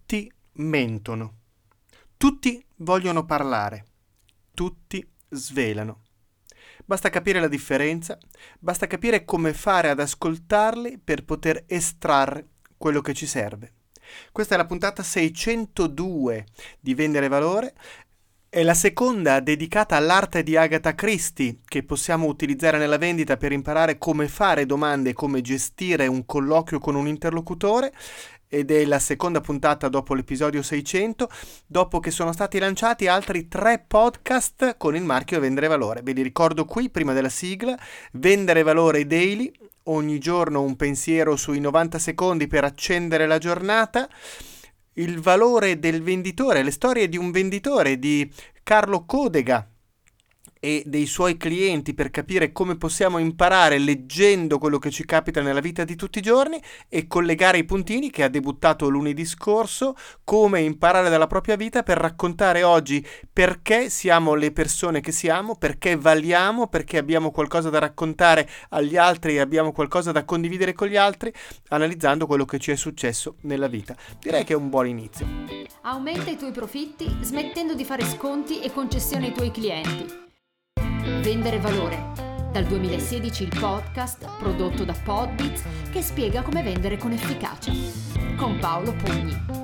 Tutti mentono, tutti vogliono parlare, tutti svelano. Basta capire la differenza, basta capire come fare ad ascoltarli per poter estrarre quello che ci serve. Questa è la puntata 602 di Vendere Valore. È la seconda dedicata all'arte di Agatha Christie che possiamo utilizzare nella vendita per imparare come fare domande e come gestire un colloquio con un interlocutore, ed è la seconda puntata dopo l'episodio 600, dopo che sono stati lanciati altri 3 podcast con il marchio Vendere Valore. Ve li ricordo qui prima della sigla: Vendere Valore Daily, ogni giorno un pensiero sui 90 secondi per accendere la giornata. Il valore del venditore, le storie di un venditore di Carlo Codega e dei suoi clienti per capire come possiamo imparare leggendo quello che ci capita nella vita di tutti i giorni e collegare i puntini, che ha debuttato lunedì scorso, come imparare dalla propria vita per raccontare oggi perché siamo le persone che siamo, perché valiamo, perché abbiamo qualcosa da raccontare agli altri e abbiamo qualcosa da condividere con gli altri, analizzando quello che ci è successo nella vita. Direi che è un buon inizio. Aumenta i tuoi profitti smettendo di fare sconti e concessioni ai tuoi clienti. Vendere Valore. Dal 2016 il podcast prodotto da Podbiz che spiega come vendere con efficacia. Con Paolo Pugni.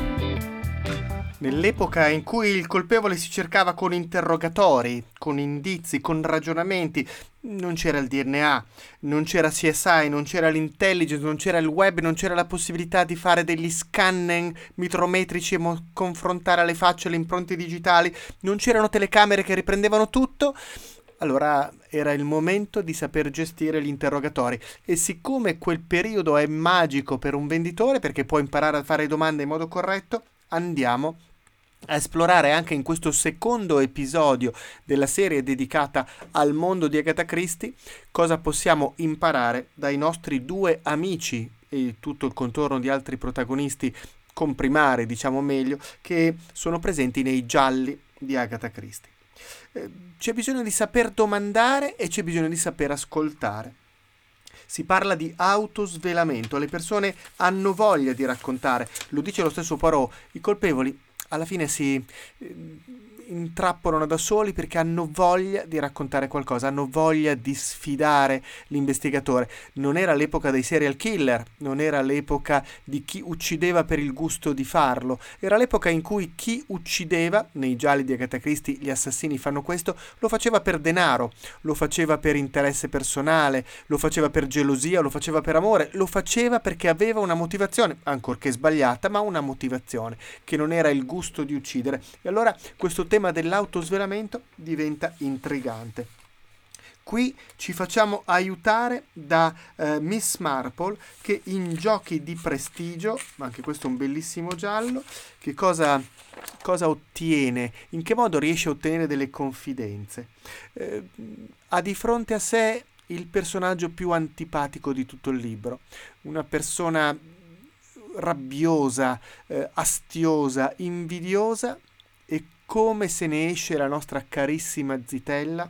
Nell'epoca in cui il colpevole si cercava con interrogatori, con indizi, con ragionamenti, non c'era il DNA, non c'era CSI, non c'era l'intelligence, non c'era il web, non c'era la possibilità di fare degli scanner mitrometrici e confrontare le facce le impronte digitali, non c'erano telecamere che riprendevano tutto. Allora era il momento di saper gestire gli interrogatori, e siccome quel periodo è magico per un venditore perché può imparare a fare domande in modo corretto, andiamo a esplorare anche in questo secondo episodio della serie dedicata al mondo di Agatha Christie cosa possiamo imparare dai nostri 2 amici e tutto il contorno di altri protagonisti comprimari, diciamo meglio, che sono presenti nei gialli di Agatha Christie. C'è bisogno di saper domandare e c'è bisogno di saper ascoltare. Si parla di autosvelamento, le persone hanno voglia di raccontare, lo dice lo stesso Poirot, i colpevoli alla fine si intrappolano da soli perché hanno voglia di raccontare qualcosa, hanno voglia di sfidare l'investigatore. Non era l'epoca dei serial killer, non era l'epoca di chi uccideva per il gusto di farlo, era l'epoca in cui chi uccideva, nei gialli di Agatha Christie gli assassini fanno questo, lo faceva per denaro, lo faceva per interesse personale, lo faceva per gelosia, lo faceva per amore, lo faceva perché aveva una motivazione, ancorché sbagliata, ma una motivazione, che non era il gusto di uccidere. E allora questo tema dell'autosvelamento diventa intrigante. Qui ci facciamo aiutare da Miss Marple, che in Giochi di prestigio, ma anche questo è un bellissimo giallo, che cosa ottiene, in che modo riesce a ottenere delle confidenze. Ha di fronte a sé il personaggio più antipatico di tutto il libro, una persona rabbiosa, astiosa, invidiosa, e come se ne esce la nostra carissima zitella,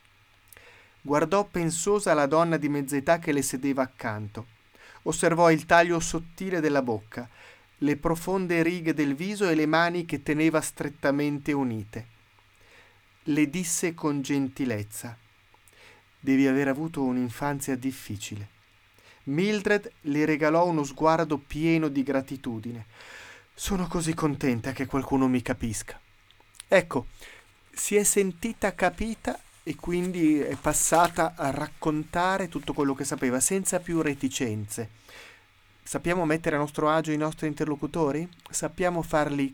guardò pensosa la donna di mezza età che le sedeva accanto. Osservò il taglio sottile della bocca, le profonde righe del viso e le mani che teneva strettamente unite. Le disse con gentilezza: «Devi aver avuto un'infanzia difficile». Mildred le regalò uno sguardo pieno di gratitudine. «Sono così contenta che qualcuno mi capisca». Ecco, si è sentita capita e quindi è passata a raccontare tutto quello che sapeva senza più reticenze. Sappiamo mettere a nostro agio i nostri interlocutori? Sappiamo farli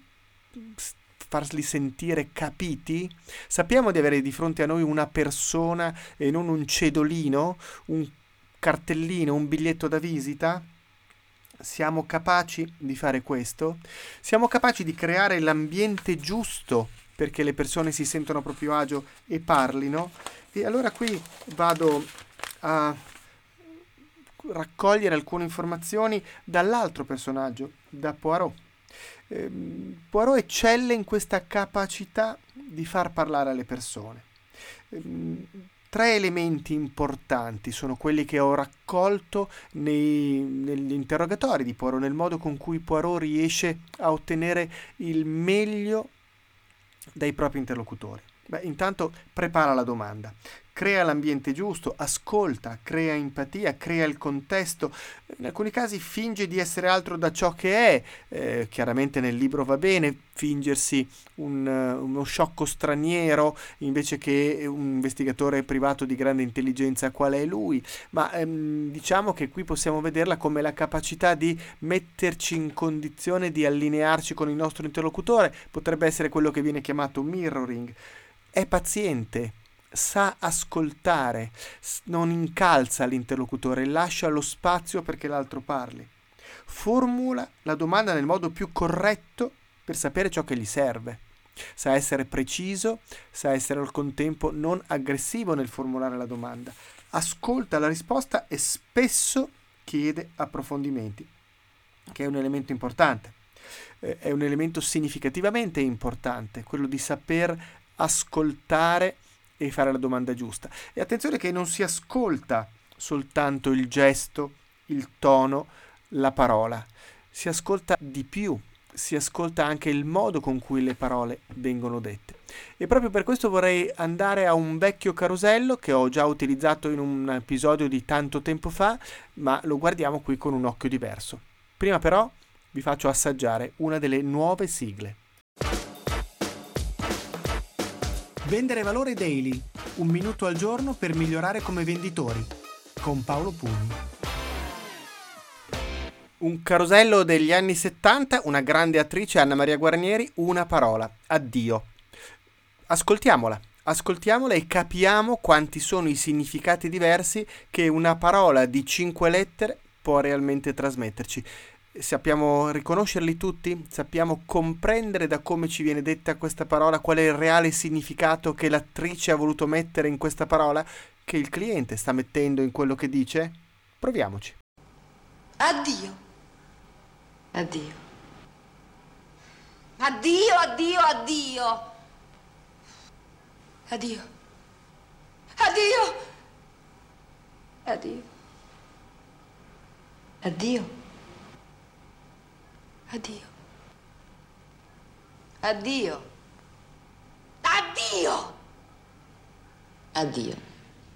sentire capiti? Sappiamo di avere di fronte a noi una persona e non un cedolino, un cartellino, un biglietto da visita? Siamo capaci di fare questo? Siamo capaci di creare l'ambiente giusto perché le persone si sentono a proprio agio e parlino? E allora qui vado a raccogliere alcune informazioni dall'altro personaggio, da Poirot. Poirot eccelle in questa capacità di far parlare alle persone. 3 elementi importanti sono quelli che ho raccolto negli interrogatori di Poirot, nel modo con cui Poirot riesce a ottenere il meglio dai propri interlocutori. Intanto prepara la domanda, crea l'ambiente giusto, ascolta, crea empatia, crea il contesto, in alcuni casi finge di essere altro da ciò che è, chiaramente nel libro va bene fingersi uno sciocco straniero invece che un investigatore privato di grande intelligenza qual è lui, ma diciamo che qui possiamo vederla come la capacità di metterci in condizione di allinearci con il nostro interlocutore, potrebbe essere quello che viene chiamato mirroring. È paziente, sa ascoltare, non incalza l'interlocutore, lascia lo spazio perché l'altro parli. Formula la domanda nel modo più corretto per sapere ciò che gli serve. Sa essere preciso, sa essere al contempo non aggressivo nel formulare la domanda. Ascolta la risposta e spesso chiede approfondimenti, che è un elemento importante. È un elemento significativamente importante, quello di saper ascoltare e fare la domanda giusta. E attenzione che non si ascolta soltanto il gesto, il tono, la parola, si ascolta di più, si ascolta anche il modo con cui le parole vengono dette. E proprio per questo vorrei andare a un vecchio carosello che ho già utilizzato in un episodio di tanto tempo fa, ma lo guardiamo qui con un occhio diverso. Prima però vi faccio assaggiare una delle nuove sigle. Vendere valore daily, 1 minuto al giorno per migliorare come venditori, con Paolo Pugni. Un carosello degli anni 70, una grande attrice, Anna Maria Guarnieri, una parola, addio. Ascoltiamola e capiamo quanti sono i significati diversi che una parola di 5 lettere può realmente trasmetterci. Sappiamo riconoscerli tutti? Sappiamo comprendere da come ci viene detta questa parola qual è il reale significato che l'attrice ha voluto mettere in questa parola, che il cliente sta mettendo in quello che dice? Proviamoci. Addio. Addio. Addio, addio, addio. Addio. Addio. Addio. Addio. Addio. Addio. Addio. Addio.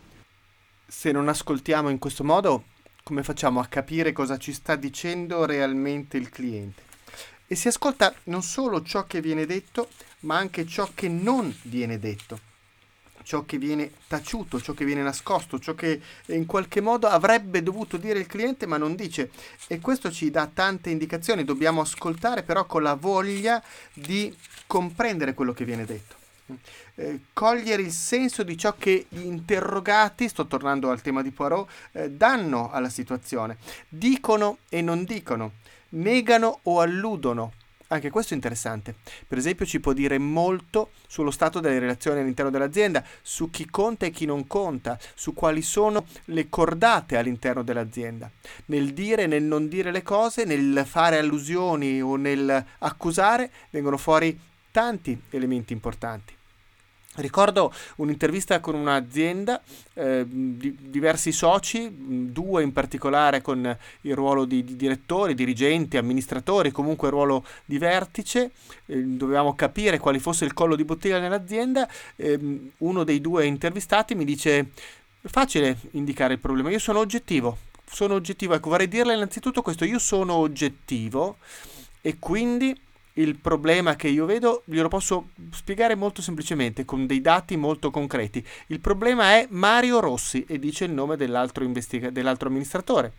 Se non ascoltiamo in questo modo, come facciamo a capire cosa ci sta dicendo realmente il cliente? E si ascolta non solo ciò che viene detto, ma anche ciò che non viene detto, ciò che viene taciuto, ciò che viene nascosto, ciò che in qualche modo avrebbe dovuto dire il cliente ma non dice. E questo ci dà tante indicazioni, dobbiamo ascoltare però con la voglia di comprendere quello che viene detto. Cogliere il senso di ciò che gli interrogati, sto tornando al tema di Poirot, danno alla situazione, dicono e non dicono, negano o alludono. Anche questo è interessante. Per esempio ci può dire molto sullo stato delle relazioni all'interno dell'azienda, su chi conta e chi non conta, su quali sono le cordate all'interno dell'azienda. Nel dire e nel non dire le cose, nel fare allusioni o nel accusare, vengono fuori tanti elementi importanti. Ricordo un'intervista con un'azienda, diversi soci, 2 in particolare con il ruolo di direttori, dirigenti, amministratori, comunque il ruolo di vertice. Dovevamo capire quale fosse il collo di bottiglia nell'azienda. Uno dei 2 intervistati mi dice: è facile indicare il problema, io sono oggettivo, ecco, vorrei dirle innanzitutto questo, io sono oggettivo e quindi il problema che io vedo glielo posso spiegare molto semplicemente con dei dati molto concreti. Il problema è Mario Rossi e dice il nome dell'altro amministratore.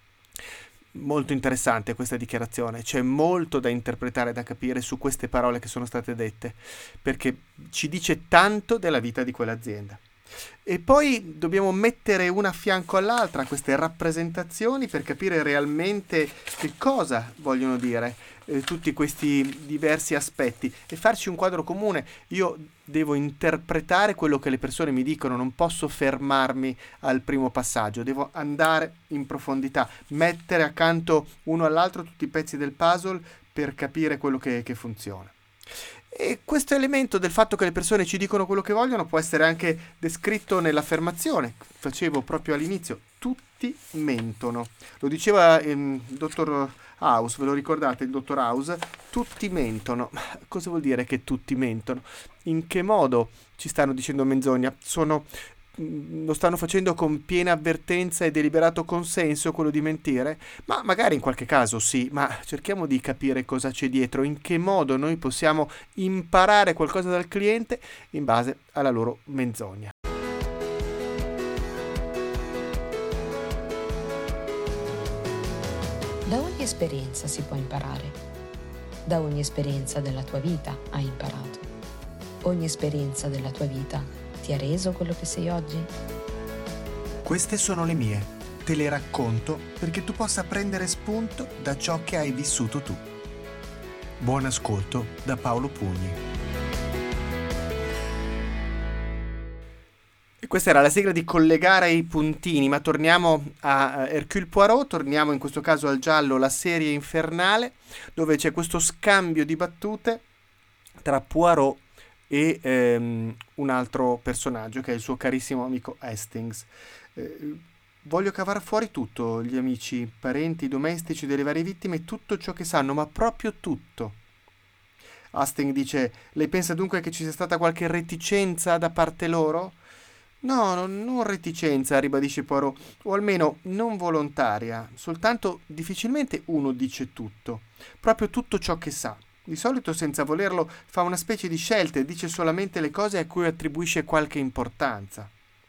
Molto interessante questa dichiarazione, c'è molto da interpretare, da capire su queste parole che sono state dette, perché ci dice tanto della vita di quell'azienda. E poi dobbiamo mettere una a fianco all'altra queste rappresentazioni per capire realmente che cosa vogliono dire tutti questi diversi aspetti e farci un quadro comune. Io devo interpretare quello che le persone mi dicono, non posso fermarmi al primo passaggio, devo andare in profondità, mettere accanto uno all'altro tutti i pezzi del puzzle per capire quello che funziona. E questo elemento del fatto che le persone ci dicono quello che vogliono può essere anche descritto nell'affermazione che facevo proprio all'inizio: tutti mentono. Lo diceva il dottor House, ve lo ricordate il dottor House? Tutti mentono. Ma cosa vuol dire che tutti mentono? In che modo ci stanno dicendo menzogna? Lo stanno facendo con piena avvertenza e deliberato consenso quello di mentire? Ma magari in qualche caso sì, ma cerchiamo di capire cosa c'è dietro, in che modo noi possiamo imparare qualcosa dal cliente in base alla loro menzogna. Da ogni esperienza si può imparare. Da ogni esperienza della tua vita hai imparato. Ogni esperienza della tua vita ti ha reso quello che sei oggi? Queste sono le mie. Te le racconto perché tu possa prendere spunto da ciò che hai vissuto tu. Buon ascolto da Paolo Pugni. E questa era la sigla di Collegare i puntini, ma torniamo a Hercule Poirot, torniamo in questo caso al giallo La serie infernale, dove c'è questo scambio di battute tra Poirot e un altro personaggio che è il suo carissimo amico Hastings. Voglio cavar fuori tutto, gli amici, parenti, domestici delle varie vittime, tutto ciò che sanno, ma proprio tutto. Hastings dice: lei pensa dunque che ci sia stata qualche reticenza da parte loro? No, non reticenza, ribadisce Poirot, o almeno non volontaria, soltanto difficilmente uno dice tutto, proprio tutto ciò che sa. Di solito, senza volerlo, fa una specie di scelte, dice solamente le cose a cui attribuisce qualche importanza.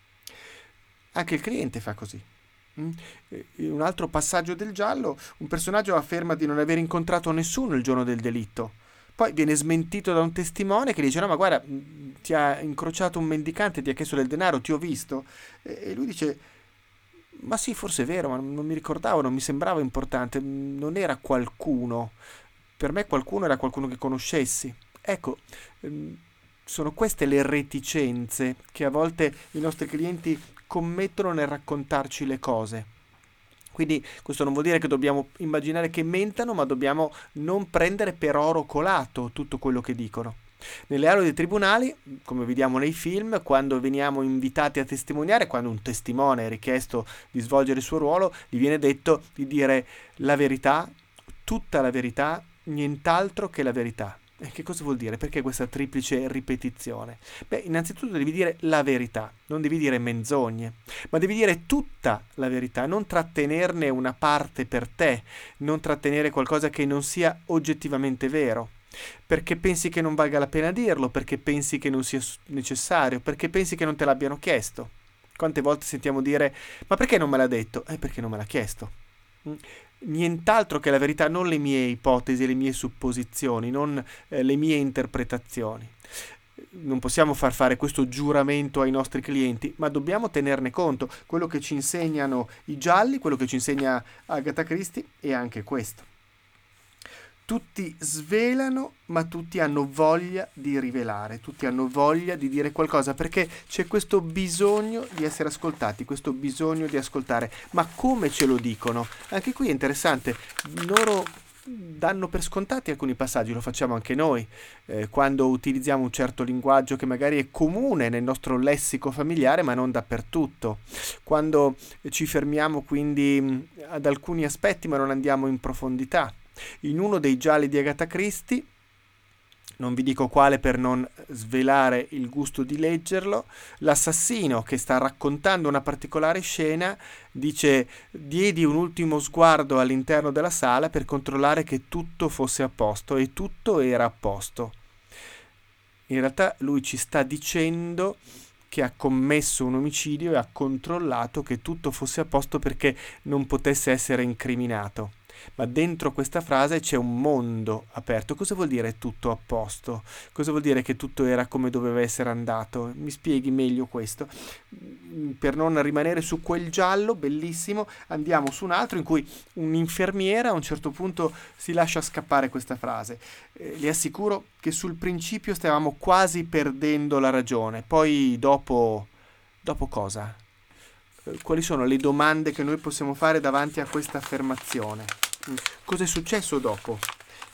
Anche il cliente fa così. In un altro passaggio del giallo, un personaggio afferma di non aver incontrato nessuno il giorno del delitto. Poi viene smentito da un testimone che dice: no, ma guarda, ti ha incrociato un mendicante, ti ha chiesto del denaro, ti ho visto. E lui dice: ma sì, forse è vero, ma non mi ricordavo, non mi sembrava importante, non era qualcuno. Per me qualcuno era qualcuno che conoscessi. Ecco, sono queste le reticenze che a volte i nostri clienti commettono nel raccontarci le cose. Quindi questo non vuol dire che dobbiamo immaginare che mentano, ma dobbiamo non prendere per oro colato tutto quello che dicono. Nelle aule dei tribunali, come vediamo nei film, quando veniamo invitati a testimoniare, quando un testimone è richiesto di svolgere il suo ruolo, gli viene detto di dire la verità, tutta la verità, nient'altro che la verità. E che cosa vuol dire? Perché questa triplice ripetizione? Beh, innanzitutto devi dire la verità, non devi dire menzogne, ma devi dire tutta la verità, non trattenerne una parte per te, non trattenere qualcosa che non sia oggettivamente vero, perché pensi che non valga la pena dirlo, perché pensi che non sia necessario, perché pensi che non te l'abbiano chiesto. Quante volte sentiamo dire: ma perché non me l'ha detto? Perché non me l'ha chiesto. Nient'altro che la verità, non le mie ipotesi, le mie supposizioni, non le mie interpretazioni. Non possiamo far fare questo giuramento ai nostri clienti, ma dobbiamo tenerne conto. Quello che ci insegnano i gialli, quello che ci insegna Agatha Christie è anche questo. Tutti svelano, ma tutti hanno voglia di rivelare, tutti hanno voglia di dire qualcosa, perché c'è questo bisogno di essere ascoltati, questo bisogno di ascoltare. Ma come ce lo dicono? Anche qui è interessante, loro danno per scontati alcuni passaggi, lo facciamo anche noi, quando utilizziamo un certo linguaggio che magari è comune nel nostro lessico familiare, ma non dappertutto. Quando ci fermiamo quindi ad alcuni aspetti, ma non andiamo in profondità. In uno dei gialli di Agatha Christie, non vi dico quale per non svelare il gusto di leggerlo, l'assassino che sta raccontando una particolare scena dice: diedi un ultimo sguardo all'interno della sala per controllare che tutto fosse a posto, e tutto era a posto. In realtà lui ci sta dicendo che ha commesso un omicidio e ha controllato che tutto fosse a posto perché non potesse essere incriminato. Ma dentro questa frase c'è un mondo aperto. Cosa vuol dire tutto a posto? Cosa vuol dire che tutto era come doveva essere andato? Mi spieghi meglio questo? Per non rimanere su quel giallo bellissimo, andiamo su un altro in cui un'infermiera a un certo punto si lascia scappare questa frase. Le assicuro che sul principio stavamo quasi perdendo la ragione. Poi dopo cosa? Quali sono le domande che noi possiamo fare davanti a questa affermazione? Cosa è successo dopo?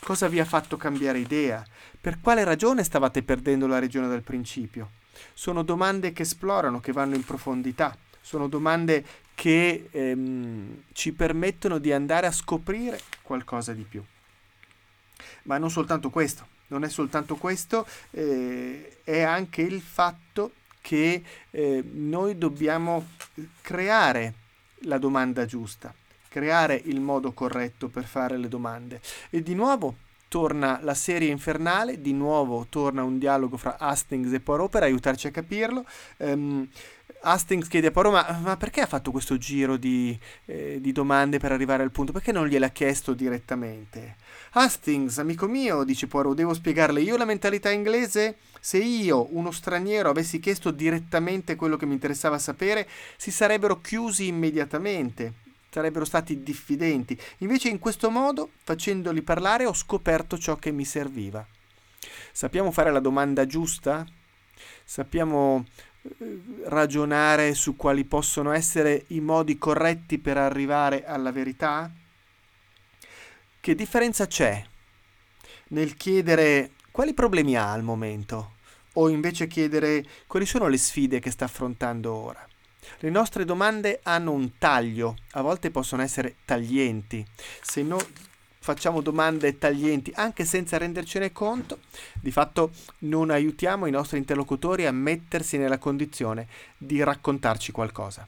Cosa vi ha fatto cambiare idea? Per quale ragione stavate perdendo la regione del principio? Sono domande che esplorano, che vanno in profondità. Sono domande che ci permettono di andare a scoprire qualcosa di più. Ma non soltanto questo. Non è soltanto questo, è anche il fatto che noi dobbiamo creare la domanda giusta, creare il modo corretto per fare le domande. E di nuovo torna la serie infernale, di nuovo torna un dialogo fra Hastings e Poirot per aiutarci a capirlo. Hastings chiede a Poirot, ma perché ha fatto questo giro di domande per arrivare al punto? Perché non gliel'ha chiesto direttamente? Hastings, amico mio, dice Poirot, devo spiegarle io la mentalità inglese? Se io, uno straniero, avessi chiesto direttamente quello che mi interessava sapere, si sarebbero chiusi immediatamente, sarebbero stati diffidenti. Invece in questo modo, facendoli parlare, ho scoperto ciò che mi serviva. Sappiamo fare la domanda giusta? Sappiamo ragionare su quali possono essere i modi corretti per arrivare alla verità? Che differenza c'è nel chiedere quali problemi ha al momento o invece chiedere quali sono le sfide che sta affrontando ora? Le nostre domande hanno un taglio, a volte possono essere taglienti. Se noi facciamo domande taglienti anche senza rendercene conto, di fatto non aiutiamo i nostri interlocutori a mettersi nella condizione di raccontarci qualcosa.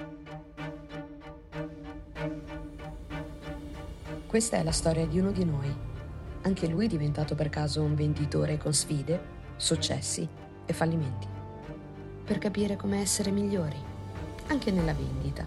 Questa è la storia di uno di noi. Anche lui è diventato per caso un venditore con sfide, successi e fallimenti. Per capire come essere migliori, anche nella vendita.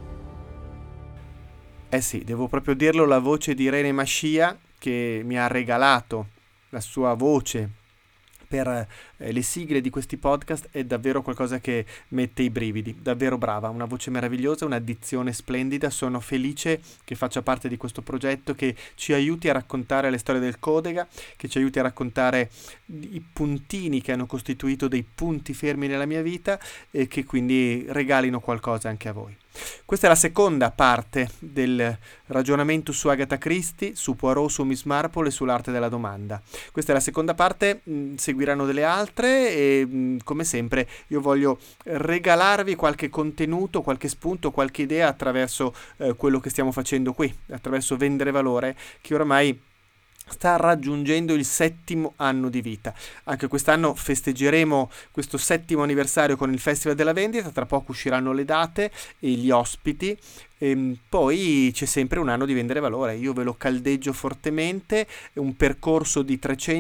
Eh sì, devo proprio dirlo, la voce di Irene Mascia, che mi ha regalato la sua voce per le sigle di questi podcast, è davvero qualcosa che mette i brividi. Davvero brava, una voce meravigliosa, una dizione splendida. Sono felice che faccia parte di questo progetto, che ci aiuti a raccontare le storie del Codega, che ci aiuti a raccontare i puntini che hanno costituito dei punti fermi nella mia vita e che quindi regalino qualcosa anche a voi. Questa è la seconda parte del ragionamento su Agatha Christie, su Poirot, su Miss Marple e sull'arte della domanda. Questa è la seconda parte, seguiranno delle altre e come sempre io voglio regalarvi qualche contenuto, qualche spunto, qualche idea attraverso quello che stiamo facendo qui, attraverso Vendere Valore, che oramai sta raggiungendo il 7° anno di vita. Anche quest'anno festeggeremo questo 7° anniversario con il Festival della Vendita, tra poco usciranno le date e gli ospiti. E poi c'è sempre un anno di Vendere Valore, io ve lo caldeggio fortemente, è un percorso di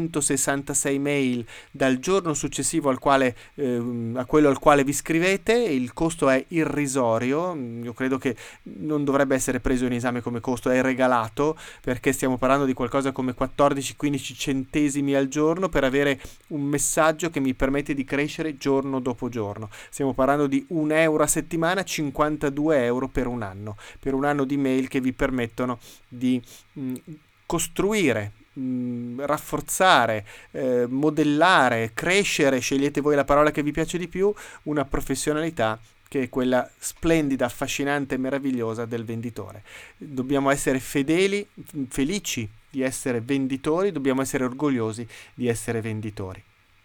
366 mail dal giorno successivo al quale, a quello al quale vi iscrivete. Il costo è irrisorio, io credo che non dovrebbe essere preso in esame come costo, è regalato, perché stiamo parlando di qualcosa come 14-15 centesimi al giorno per avere un messaggio che mi permette di crescere giorno dopo giorno. Stiamo parlando di €1 a settimana, €52 per un anno. Per un anno di mail che vi permettono di costruire, rafforzare, modellare, crescere, scegliete voi la parola che vi piace di più, una professionalità che è quella splendida, affascinante e meravigliosa del venditore. Dobbiamo essere fedeli, felici di essere venditori, dobbiamo essere orgogliosi di essere venditori.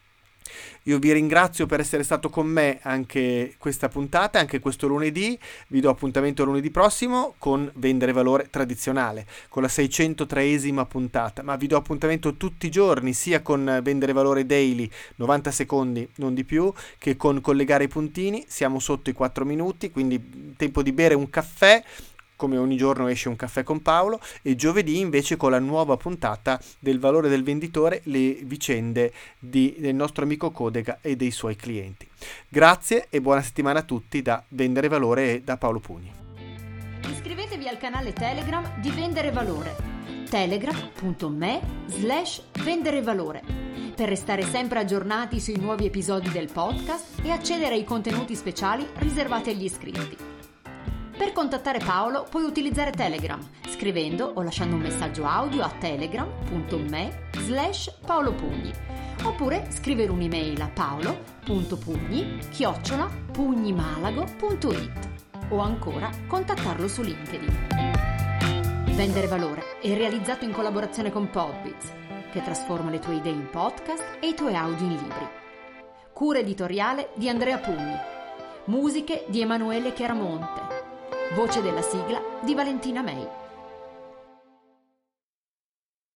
Io vi ringrazio per essere stato con me anche questa puntata, anche questo lunedì. Vi do appuntamento lunedì prossimo con Vendere Valore tradizionale, con la 603esima puntata, ma vi do appuntamento tutti i giorni, sia con Vendere Valore Daily, 90 secondi, non di più, che con Collegare i puntini. Siamo sotto i 4 minuti, quindi tempo di bere un caffè. Come ogni giorno esce un caffè con Paolo, e giovedì invece con la nuova puntata del valore del venditore, le vicende del nostro amico Codega e dei suoi clienti. Grazie e buona settimana a tutti da Vendere Valore e da Paolo Pugni. Iscrivetevi al canale Telegram di Vendere Valore, telegram.me/Vendere Valore, per restare sempre aggiornati sui nuovi episodi del podcast e accedere ai contenuti speciali riservati agli iscritti. Per contattare Paolo puoi utilizzare Telegram, scrivendo o lasciando un messaggio audio a telegram.me/Paolo Pugni, oppure scrivere un'email a paolo.pugni@pugnimalago.it o ancora contattarlo su LinkedIn. Vendere Valore. e realizzato in collaborazione con Podbiz, che trasforma le tue idee in podcast e i tuoi audio in libri. Cura editoriale di Andrea Pugni. Musiche di Emanuele Chiaramonte. Voce della sigla di Valentina May.